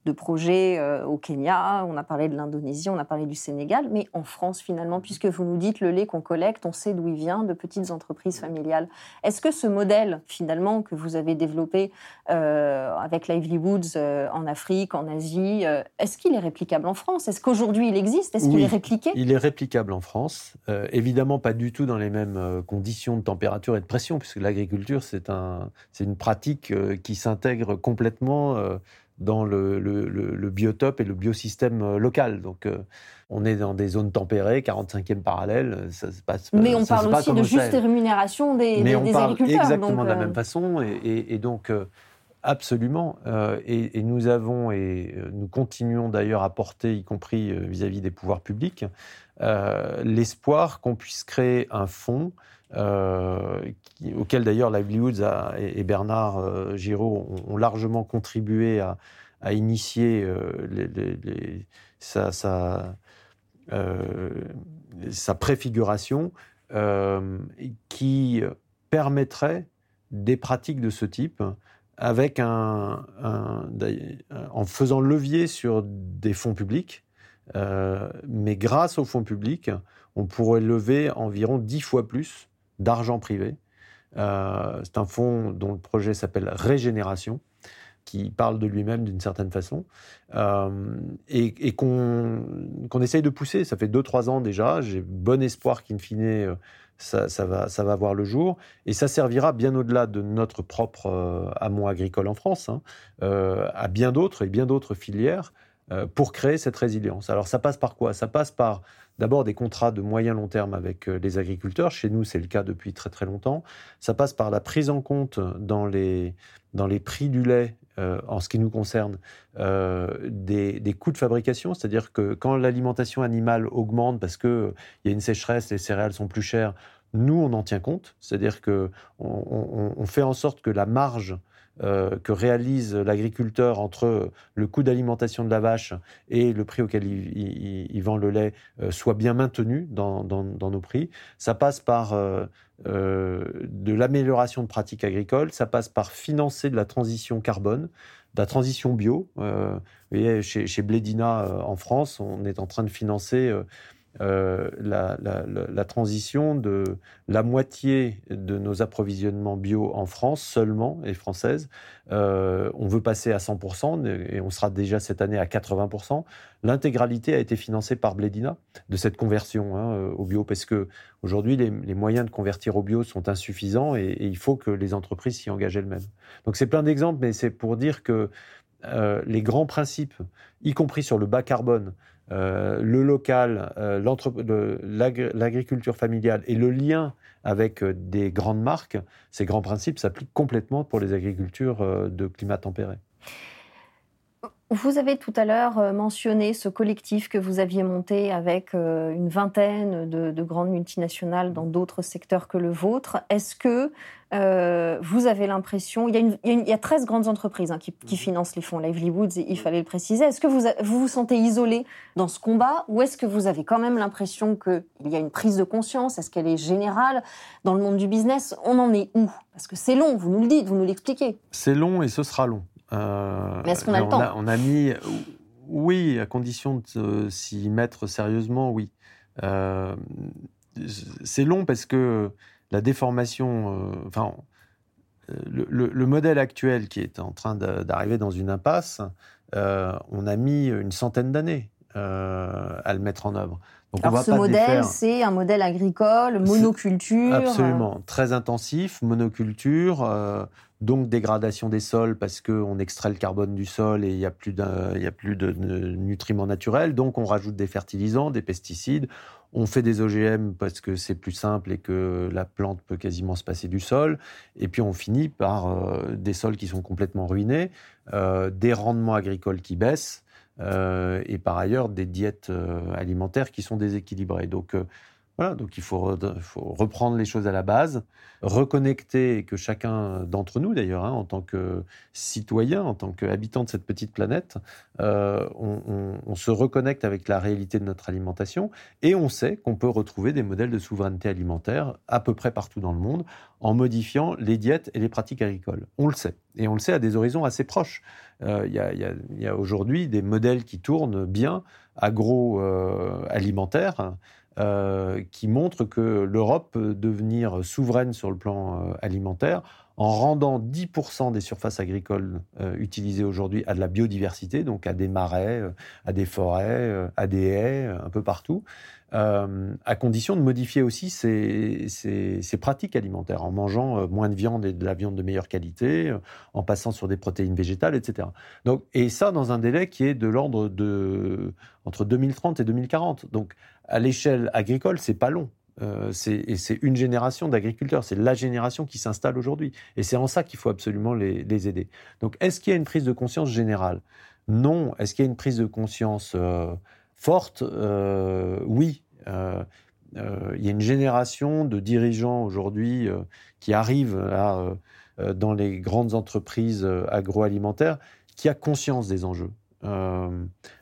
de projets euh, au Kenya, on a parlé de l'Indonésie, on a parlé du Sénégal, mais en France finalement, puisque vous nous dites le lait qu'on collecte, on sait d'où il vient, de petites entreprises familiales. Est-ce que ce modèle finalement que vous avez développé euh, avec Livelihoods euh, en Afrique, en Asie, euh, est-ce qu'il est réplicable en France? Est-ce qu'aujourd'hui il existe? Est-ce oui, qu'il est répliqué? Il est réplicable en France, euh, évidemment pas du tout dans les mêmes euh, conditions de température et de pression, puisque l'agriculture c'est, un, c'est une pratique euh, qui s'intègre complètement euh, dans le, le, le, le biotope et le biosystème euh, local. Donc euh, on est dans des zones tempérées, quarante-cinquième parallèle, ça se passe. Mais on ça parle aussi de juste rémunération des, Mais des, on des parle agriculteurs. Exactement donc, de la euh... même façon, et, et, et donc euh, absolument. Euh, et, et nous avons et nous continuons d'ailleurs à porter, y compris euh, vis-à-vis des pouvoirs publics, euh, l'espoir qu'on puisse créer un fonds. Euh, qui, auquel d'ailleurs Livelihoods a, et, et Bernard euh, Giraud ont, ont largement contribué à, à initier euh, les, les, les, sa, sa, euh, sa préfiguration euh, qui permettrait des pratiques de ce type avec un, un, en faisant levier sur des fonds publics, euh, mais grâce aux fonds publics, on pourrait lever environ dix fois plus d'argent privé. Euh, c'est un fonds dont le projet s'appelle Régénération, qui parle de lui-même d'une certaine façon, euh, et, et qu'on, qu'on essaye de pousser. Ça fait deux trois ans déjà. J'ai bon espoir qu'in fine, ça, ça, va, ça va voir le jour. Et ça servira bien au-delà de notre propre euh, amont agricole en France, hein, euh, à bien d'autres et bien d'autres filières, euh, pour créer cette résilience. Alors ça passe par quoi? Ça passe par d'abord des contrats de moyen long terme avec les agriculteurs. Chez nous, c'est le cas depuis très très longtemps. Ça passe par la prise en compte dans les, dans les prix du lait, euh, en ce qui nous concerne, euh, des, des coûts de fabrication. C'est-à-dire que quand l'alimentation animale augmente parce qu'il y a une sécheresse, les céréales sont plus chères, nous, on en tient compte. C'est-à-dire qu'on on, on fait en sorte que la marge Euh, que réalise l'agriculteur entre le coût d'alimentation de la vache et le prix auquel il, il, il vend le lait euh, soit bien maintenu dans, dans, dans nos prix. Ça passe par euh, euh, de l'amélioration de pratiques agricoles, ça passe par financer de la transition carbone, de la transition bio. Euh, vous voyez, chez, chez Blédina euh, en France, on est en train de financer euh, Euh, la, la, la transition de la moitié de nos approvisionnements bio en France seulement, et françaises. Euh, on veut passer à cent pour cent et on sera déjà cette année à quatre-vingts pour cent. L'intégralité a été financée par Blédina de cette conversion hein, au bio, parce qu'aujourd'hui, les, les moyens de convertir au bio sont insuffisants et, et il faut que les entreprises s'y engagent elles-mêmes. Donc c'est plein d'exemples, mais c'est pour dire que euh, les grands principes, y compris sur le bas carbone, Euh, le local, euh, le, l'agri- l'agriculture familiale et le lien avec euh, des grandes marques, ces grands principes s'appliquent complètement pour les agricultures euh, de climat tempéré. Vous avez tout à l'heure mentionné ce collectif que vous aviez monté avec une vingtaine de, de grandes multinationales dans d'autres secteurs que le vôtre. Est-ce que euh, vous avez l'impression... Il y a, une, il y a, une, il y a treize grandes entreprises hein, qui, qui financent les fonds Livelihoods, il fallait le préciser. Est-ce que vous vous, vous sentez isolé dans ce combat ou est-ce que vous avez quand même l'impression qu'il y a une prise de conscience? Est-ce qu'elle est générale dans le monde du business? On en est où? Parce que c'est long, vous nous le dites, vous nous l'expliquez. C'est long et ce sera long. Euh, mais est-ce qu'on a le temps? on a, on a mis, oui, à condition de s'y mettre sérieusement, oui. Euh, c'est long parce que la déformation, euh, enfin, le, le, le modèle actuel qui est en train de, d'arriver dans une impasse, euh, on a mis une centaine d'années euh, à le mettre en œuvre. Donc Alors on va ce pas modèle, défaire... c'est un modèle agricole, monoculture. C'est absolument, très intensif, monoculture, euh, donc dégradation des sols parce qu'on extrait le carbone du sol et il n'y a plus de, il y a plus de nutriments naturels, donc on rajoute des fertilisants, des pesticides, on fait des O G M parce que c'est plus simple et que la plante peut quasiment se passer du sol, et puis on finit par euh, des sols qui sont complètement ruinés, euh, des rendements agricoles qui baissent, Euh, et par ailleurs des diètes euh, alimentaires qui sont déséquilibrées. Donc euh, Voilà, donc il faut, re- il faut reprendre les choses à la base, reconnecter, et que chacun d'entre nous d'ailleurs, hein, en tant que citoyen, en tant qu'habitant de cette petite planète, euh, on, on- on se reconnecte avec la réalité de notre alimentation, et on sait qu'on peut retrouver des modèles de souveraineté alimentaire à peu près partout dans le monde en modifiant les diètes et les pratiques agricoles. On le sait, et on le sait à des horizons assez proches. Euh, Il y a, il y a- il y a aujourd'hui des modèles qui tournent bien, agroalimentaires, euh, qui montre que l'Europe peut devenir souveraine sur le plan euh, alimentaire en rendant dix pour cent des surfaces agricoles euh, utilisées aujourd'hui à de la biodiversité, donc à des marais, euh, à des forêts, euh, à des haies, euh, un peu partout, euh, à condition de modifier aussi ces, ces- ces pratiques alimentaires, en mangeant euh, moins de viande et de la viande de meilleure qualité, euh, en passant sur des protéines végétales, et cetera. Donc, et ça dans un délai qui est de l'ordre de entre deux mille trente et deux mille quarante. Donc, à l'échelle agricole, c'est pas long. Euh, c'est, et c'est une génération d'agriculteurs, c'est la génération qui s'installe aujourd'hui. Et c'est en ça qu'il faut absolument les, les aider. Donc, est-ce qu'il y a une prise de conscience générale ? Non. Est-ce qu'il y a une prise de conscience euh, forte ? Euh, Oui. Euh, euh, il y a une génération de dirigeants aujourd'hui euh, qui arrivent là, euh, euh, dans les grandes entreprises euh, agroalimentaires qui a conscience des enjeux. Euh,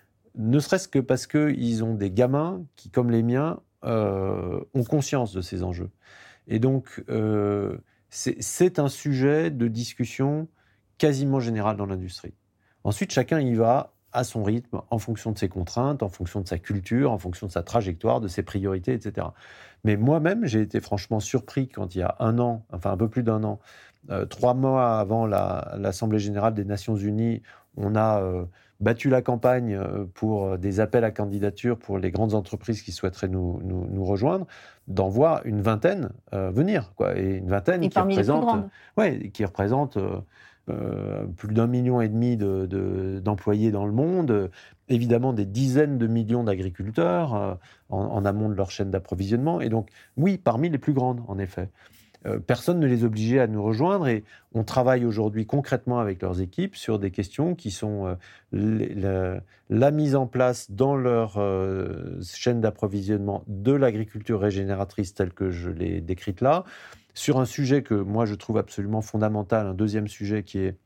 ne serait-ce que parce qu'ils ont des gamins qui, comme les miens, euh, ont conscience de ces enjeux. Et donc, euh, c'est, c'est un sujet de discussion quasiment général dans l'industrie. Ensuite, chacun y va à son rythme, en fonction de ses contraintes, en fonction de sa culture, en fonction de sa trajectoire, de ses priorités, et cetera. Mais moi-même, j'ai été franchement surpris quand il y a un an, enfin un peu plus d'un an, euh, trois mois avant la, l'Assemblée générale des Nations Unies, on a euh, battu la campagne pour des appels à candidature pour les grandes entreprises qui souhaiteraient nous, nous, nous rejoindre, d'en voir une vingtaine euh, venir, quoi, et une vingtaine Et qui parmi les plus représente, grandes. ouais, qui représente euh, euh, plus d'un million et demi de, de, d'employés dans le monde, euh, évidemment des dizaines de millions d'agriculteurs euh, en, en amont de leur chaîne d'approvisionnement, et donc oui, parmi les plus grandes, en effet. Euh, personne ne les obligeait à nous rejoindre, et on travaille aujourd'hui concrètement avec leurs équipes sur des questions qui sont euh, les, la, la mise en place dans leur euh, chaîne d'approvisionnement de l'agriculture régénératrice telle que je l'ai décrite là, sur un sujet que moi je trouve absolument fondamental, un deuxième sujet qui est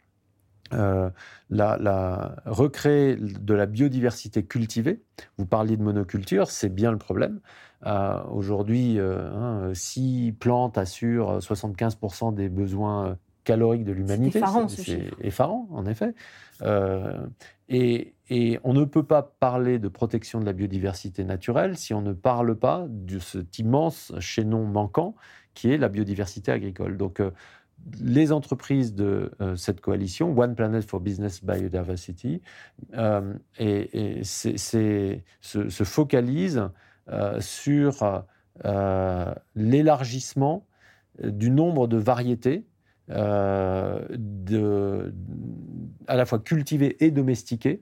euh, la, la, recréer de la biodiversité cultivée. Vous parliez de monoculture, c'est bien le problème. Euh, aujourd'hui, euh, hein, six plantes assurent soixante-quinze pour cent des besoins caloriques de l'humanité. C'est effarant, c'est, ce c'est chiffre. effarant, en effet. Euh, et, et on ne peut pas parler de protection de la biodiversité naturelle si on ne parle pas de cet immense chaînon manquant qui est la biodiversité agricole. Donc, euh, les entreprises de euh, cette coalition, One Planet for Business Biodiversity, euh, et, et c'est, c'est, se, se focalisent euh, sur euh, l'élargissement du nombre de variétés euh, de, à la fois cultivées et domestiquées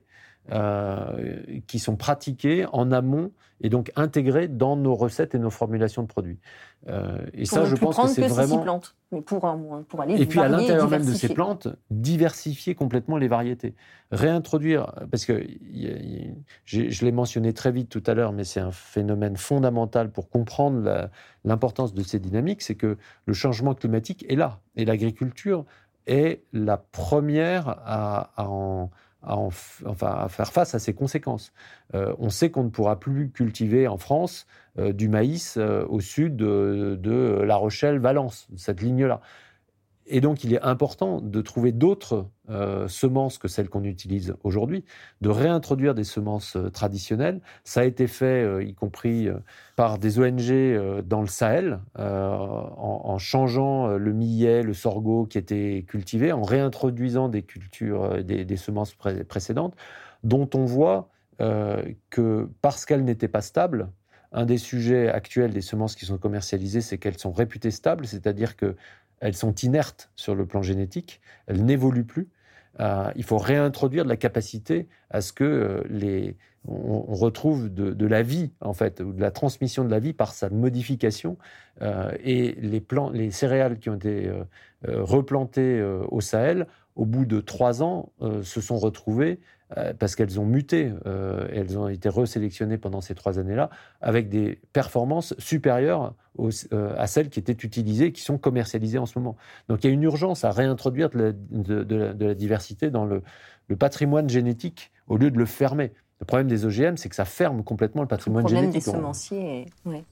euh, qui sont pratiquées en amont et donc intégrées dans nos recettes et nos formulations de produits. Euh, et Pour ça, ne je plus pense que prendre c'est que vraiment... six plantes, mais pour, un- pour aller Et puis varier à l'intérieur et même de ces diversifier. plantes, diversifier complètement les variétés. Réintroduire, parce que y a- y a- j'ai- je l'ai mentionné très vite tout à l'heure, mais c'est un phénomène fondamental pour comprendre la- l'importance de ces dynamiques, c'est que le changement climatique est là. Et l'agriculture est la première à, à en- à en f- enfin, à faire face à ces conséquences. Euh, on sait qu'on ne pourra plus cultiver en France euh, du maïs euh, au sud de, de La Rochelle-Valence, cette ligne-là. Et donc, il est important de trouver d'autres euh, semences que celles qu'on utilise aujourd'hui, de réintroduire des semences euh, traditionnelles. Ça a été fait, euh, y compris euh, par des O N G euh, dans le Sahel, euh, en, en changeant euh, le millet, le sorgho qui étaient cultivés, en réintroduisant des cultures, euh, des, des semences pré- précédentes, dont on voit euh, que parce qu'elles n'étaient pas stables, un des sujets actuels des semences qui sont commercialisées, c'est qu'elles sont réputées stables, c'est-à-dire que elles sont inertes sur le plan génétique, elles n'évoluent plus. Euh, il faut réintroduire de la capacité à ce que euh, les, on, on retrouve de, de la vie, en fait, ou de la transmission de la vie par sa modification. Euh, et les, plants, les céréales qui ont été euh, euh, replantées euh, au Sahel au bout de trois ans, euh, se sont retrouvées, euh, parce qu'elles ont muté, euh, elles ont été resélectionnées pendant ces trois années-là, avec des performances supérieures aux, euh, à celles qui étaient utilisées, qui sont commercialisées en ce moment. Donc il y a une urgence à réintroduire de la, de, de la, de la diversité dans le, le patrimoine génétique, au lieu de le fermer. Le problème des O G M, c'est que ça ferme complètement le patrimoine le problème génétique. Des semenciers, et... ouais.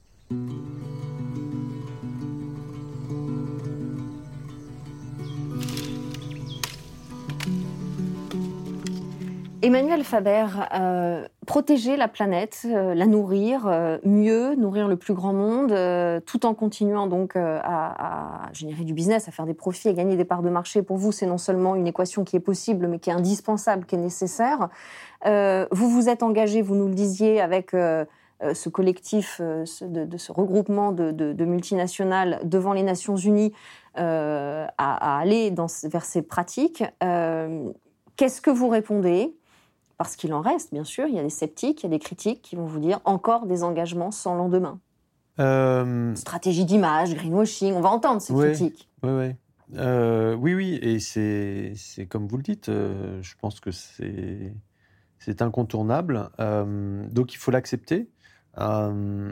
Emmanuel Faber, euh, protéger la planète, euh, la nourrir euh, mieux, nourrir le plus grand monde, euh, tout en continuant donc euh, à, à générer du business, à faire des profits, à gagner des parts de marché. Pour vous, c'est non seulement une équation qui est possible, mais qui est indispensable, qui est nécessaire. Euh, vous vous êtes engagé, vous nous le disiez, avec euh, ce collectif, euh, de, de ce regroupement de, de, de multinationales devant les Nations Unies, euh, à, à aller dans, vers ces pratiques. Euh, qu'est-ce que vous répondez ? Parce qu'il en reste, bien sûr, il y a des sceptiques, il y a des critiques qui vont vous dire encore des engagements sans lendemain. Euh... Stratégie d'image, greenwashing, on va entendre ces ouais, critiques. Ouais, ouais. Euh, oui, oui, et c'est, c'est comme vous le dites, euh, je pense que c'est, c'est incontournable. Euh, donc il faut l'accepter. Euh,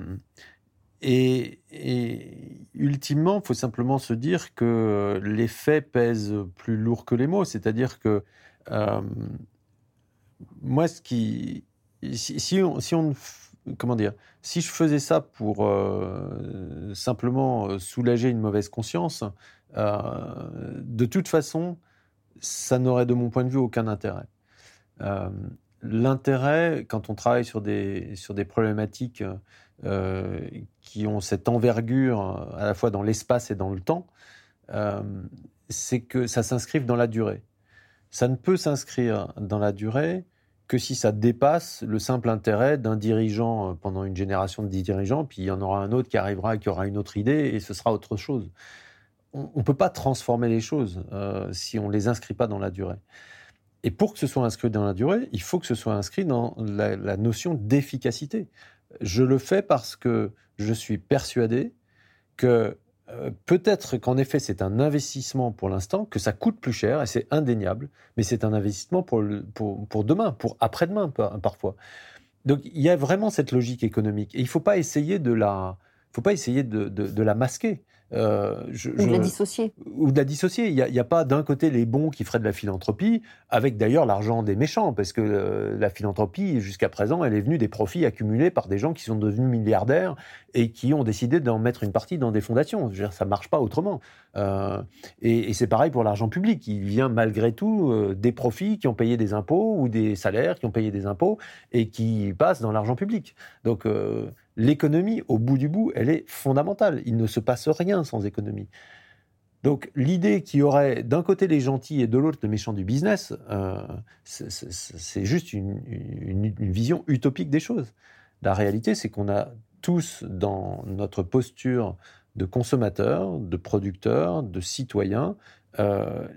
et, et ultimement, il faut simplement se dire que les faits pèsent plus lourd que les mots. C'est-à-dire que euh, moi, ce qui, si, si, on, si on, comment dire, si je faisais ça pour euh, simplement soulager une mauvaise conscience, euh, de toute façon, ça n'aurait de mon point de vue aucun intérêt. Euh, l'intérêt, quand on travaille sur des, sur des problématiques euh, qui ont cette envergure à la fois dans l'espace et dans le temps, euh, c'est que ça s'inscrive dans la durée. Ça ne peut s'inscrire dans la durée que si ça dépasse le simple intérêt d'un dirigeant pendant une génération de dirigeants, puis il y en aura un autre qui arrivera, qui aura une autre idée, et ce sera autre chose. On ne peut pas transformer les choses euh, si on ne les inscrit pas dans la durée. Et pour que ce soit inscrit dans la durée, il faut que ce soit inscrit dans la, la notion d'efficacité. Je le fais parce que je suis persuadé que Euh, peut-être qu'en effet, c'est un investissement pour l'instant, que ça coûte plus cher, et c'est indéniable, mais c'est un investissement pour, le, pour, pour demain, pour après-demain parfois. Donc il y a vraiment cette logique économique. Et il ne faut pas essayer de la, faut pas essayer de, de, de la masquer. Euh, je, ou de la dissocier. Ou de la dissocier. Il n'y a, a pas d'un côté les bons qui feraient de la philanthropie, avec d'ailleurs l'argent des méchants, parce que euh, la philanthropie, jusqu'à présent, elle est venue des profits accumulés par des gens qui sont devenus milliardaires et qui ont décidé d'en mettre une partie dans des fondations. Je veux dire, ça ne marche pas autrement. Euh, et, et c'est pareil pour l'argent public. Il vient malgré tout euh, des profits qui ont payé des impôts ou des salaires qui ont payé des impôts et qui passent dans l'argent public. Donc, euh, l'économie, au bout du bout, elle est fondamentale. Il ne se passe rien sans économie. Donc l'idée qu'il y aurait d'un côté les gentils et de l'autre les méchants du business, euh, c'est, c'est, c'est juste une, une, une vision utopique des choses. La réalité, c'est qu'on a tous dans notre posture de consommateurs, de producteurs, de citoyens, euh,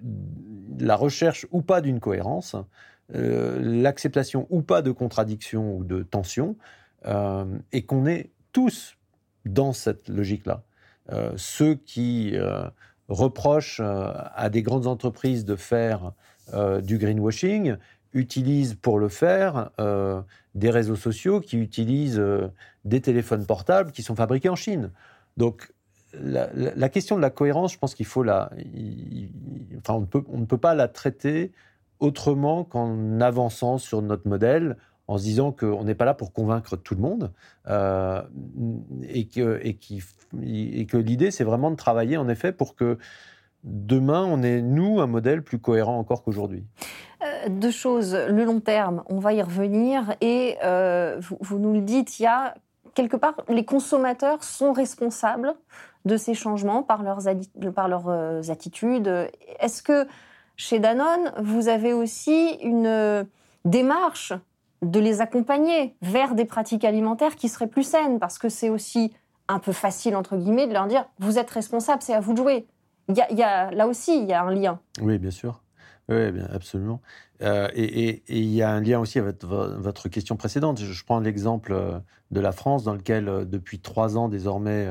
la recherche ou pas d'une cohérence, euh, l'acceptation ou pas de contradictions ou de tensions, Euh, et qu'on est tous dans cette logique-là. Euh, ceux qui euh, reprochent euh, à des grandes entreprises de faire euh, du greenwashing utilisent pour le faire euh, des réseaux sociaux qui utilisent euh, des téléphones portables qui sont fabriqués en Chine. Donc, la, la, la question de la cohérence, je pense qu'il faut la... Il, il, enfin, on ne peut, on ne peut pas la traiter autrement qu'en avançant sur notre modèle, en se disant qu'on n'est pas là pour convaincre tout le monde, euh, et, que, et, qui, et que l'idée, c'est vraiment de travailler, en effet, pour que demain, on ait, nous, un modèle plus cohérent encore qu'aujourd'hui. Euh, deux choses. Le long terme, on va y revenir, et euh, vous, vous nous le dites, il y a, quelque part, les consommateurs sont responsables de ces changements par leurs, adi- par leurs euh, attitudes. Est-ce que, chez Danone, vous avez aussi une démarche de les accompagner vers des pratiques alimentaires qui seraient plus saines, parce que c'est aussi un peu facile, entre guillemets, de leur dire « vous êtes responsable, c'est à vous de jouer ». Il y a, il y a, là aussi, il y a un lien. Oui, bien sûr. Oui, bien, absolument. Euh, et, et, et il y a un lien aussi avec votre question précédente. Je prends l'exemple de la France, dans lequel, depuis trois ans, désormais,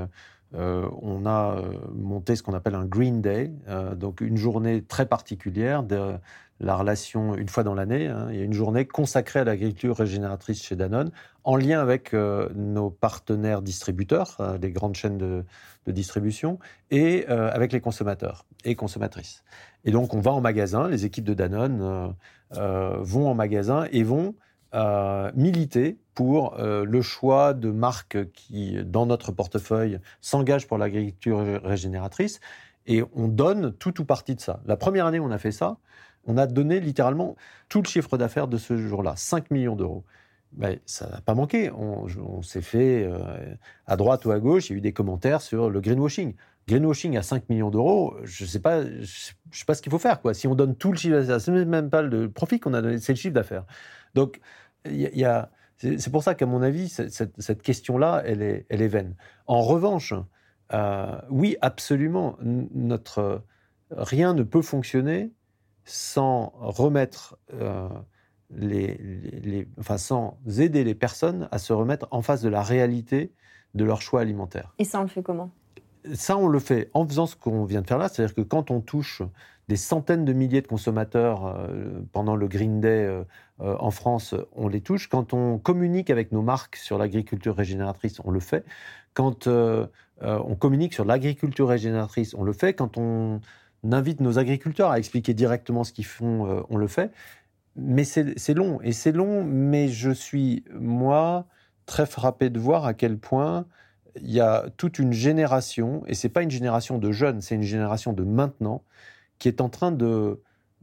euh, on a euh, monté ce qu'on appelle un Green Day, euh, donc une journée très particulière de la relation une fois dans l'année. Hein, il y a une journée consacrée à l'agriculture régénératrice chez Danone, en lien avec euh, nos partenaires distributeurs, euh, les grandes chaînes de, de distribution, et euh, avec les consommateurs et consommatrices. Et donc, on va en magasin, les équipes de Danone euh, euh, vont en magasin et vont euh, militer pour euh, le choix de marques qui, dans notre portefeuille, s'engagent pour l'agriculture régénératrice. Et on donne tout ou partie de ça. La première année, on a fait ça. On a donné littéralement tout le chiffre d'affaires de ce jour-là, cinq millions d'euros. Ben, ça n'a pas manqué. On, on s'est fait, euh, à droite ou à gauche, il y a eu des commentaires sur le greenwashing. Greenwashing à cinq millions d'euros, je ne sais pas, je, je sais pas ce qu'il faut faire, quoi. Si on donne tout le chiffre d'affaires, ce n'est même pas le profit qu'on a donné, c'est le chiffre d'affaires. Donc, il y, y a, c'est, c'est pour ça qu'à mon avis, cette, cette question-là, elle est, elle est vaine. En revanche, euh, oui, absolument, notre, rien ne peut fonctionner sans remettre euh, les, les, les, enfin, sans aider les personnes à se remettre en face de la réalité de leur choix alimentaire. Et ça, on le fait comment ? Ça, on le fait en faisant ce qu'on vient de faire là, c'est-à-dire que quand on touche des centaines de milliers de consommateurs euh, pendant le Green Day euh, euh, en France, on les touche. Quand on communique avec nos marques sur l'agriculture régénératrice, on le fait. Quand euh, euh, on communique sur l'agriculture régénératrice, on le fait. Quand on On invite nos agriculteurs à expliquer directement ce qu'ils font, euh, on le fait. Mais c'est, c'est long, et c'est long, mais je suis, moi, très frappé de voir à quel point il y a toute une génération, et c'est pas une génération de jeunes, c'est une génération de maintenant, qui est en train de,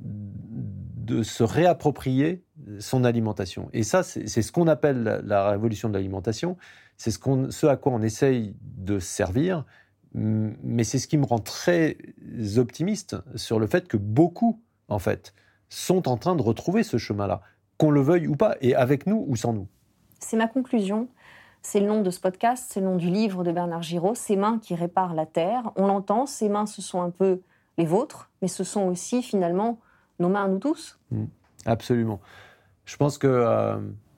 de se réapproprier son alimentation. Et ça, c'est, c'est ce qu'on appelle la, la révolution de l'alimentation, c'est ce, qu'on, ce à quoi on essaye de servir. Mais c'est ce qui me rend très optimiste sur le fait que beaucoup, en fait, sont en train de retrouver ce chemin-là, qu'on le veuille ou pas, et avec nous ou sans nous. C'est ma conclusion. C'est le nom de ce podcast, c'est le nom du livre de Bernard Giraud, « Ces mains qui réparent la terre ». On l'entend, ces mains, ce sont un peu les vôtres, mais ce sont aussi, finalement, nos mains à nous tous. Mmh, absolument. Je pense que euh,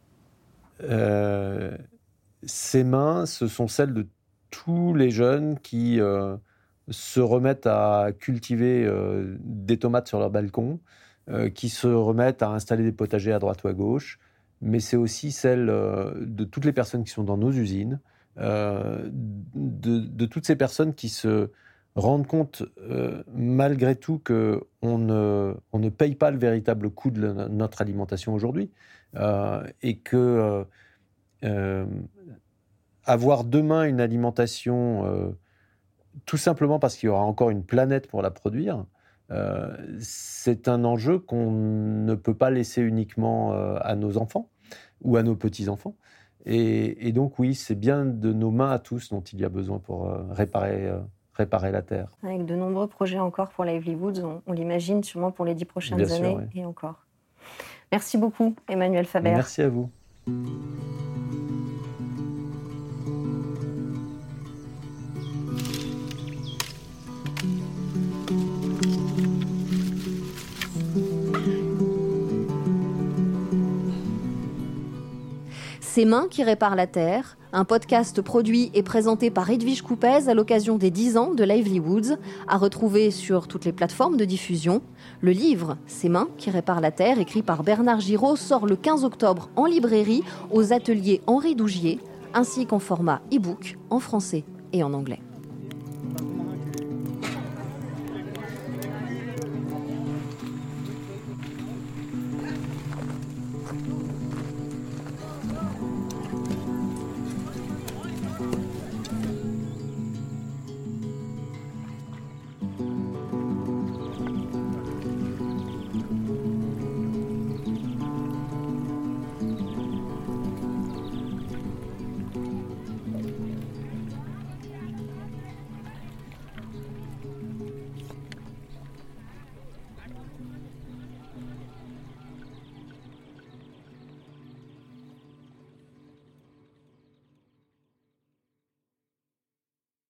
euh, ces mains, ce sont celles de tous les jeunes qui euh, se remettent à cultiver euh, des tomates sur leur balcon, euh, qui se remettent à installer des potagers à droite ou à gauche, mais c'est aussi celle euh, de toutes les personnes qui sont dans nos usines, euh, de, de toutes ces personnes qui se rendent compte, euh, malgré tout, qu'on ne, on ne paye pas le véritable coût de la, notre alimentation aujourd'hui, euh, et que... Euh, euh, avoir demain une alimentation, euh, tout simplement parce qu'il y aura encore une planète pour la produire, euh, c'est un enjeu qu'on ne peut pas laisser uniquement euh, à nos enfants ou à nos petits-enfants. Et, et donc oui, c'est bien de nos mains à tous dont il y a besoin pour euh, réparer, euh, réparer la Terre. Avec de nombreux projets encore pour Lively Woods, on, on l'imagine sûrement pour les dix prochaines bien années sûr, oui. Et encore. Merci beaucoup, Emmanuel Faber. Merci à vous. Ces mains qui réparent la terre, un podcast produit et présenté par Edwige Coupez à l'occasion des dix ans de Lively Woods, à retrouver sur toutes les plateformes de diffusion. Le livre « Ces mains qui réparent la terre », écrit par Bernard Giraud, sort le quinze octobre en librairie aux ateliers Henri Dougier, ainsi qu'en format e-book en français et en anglais.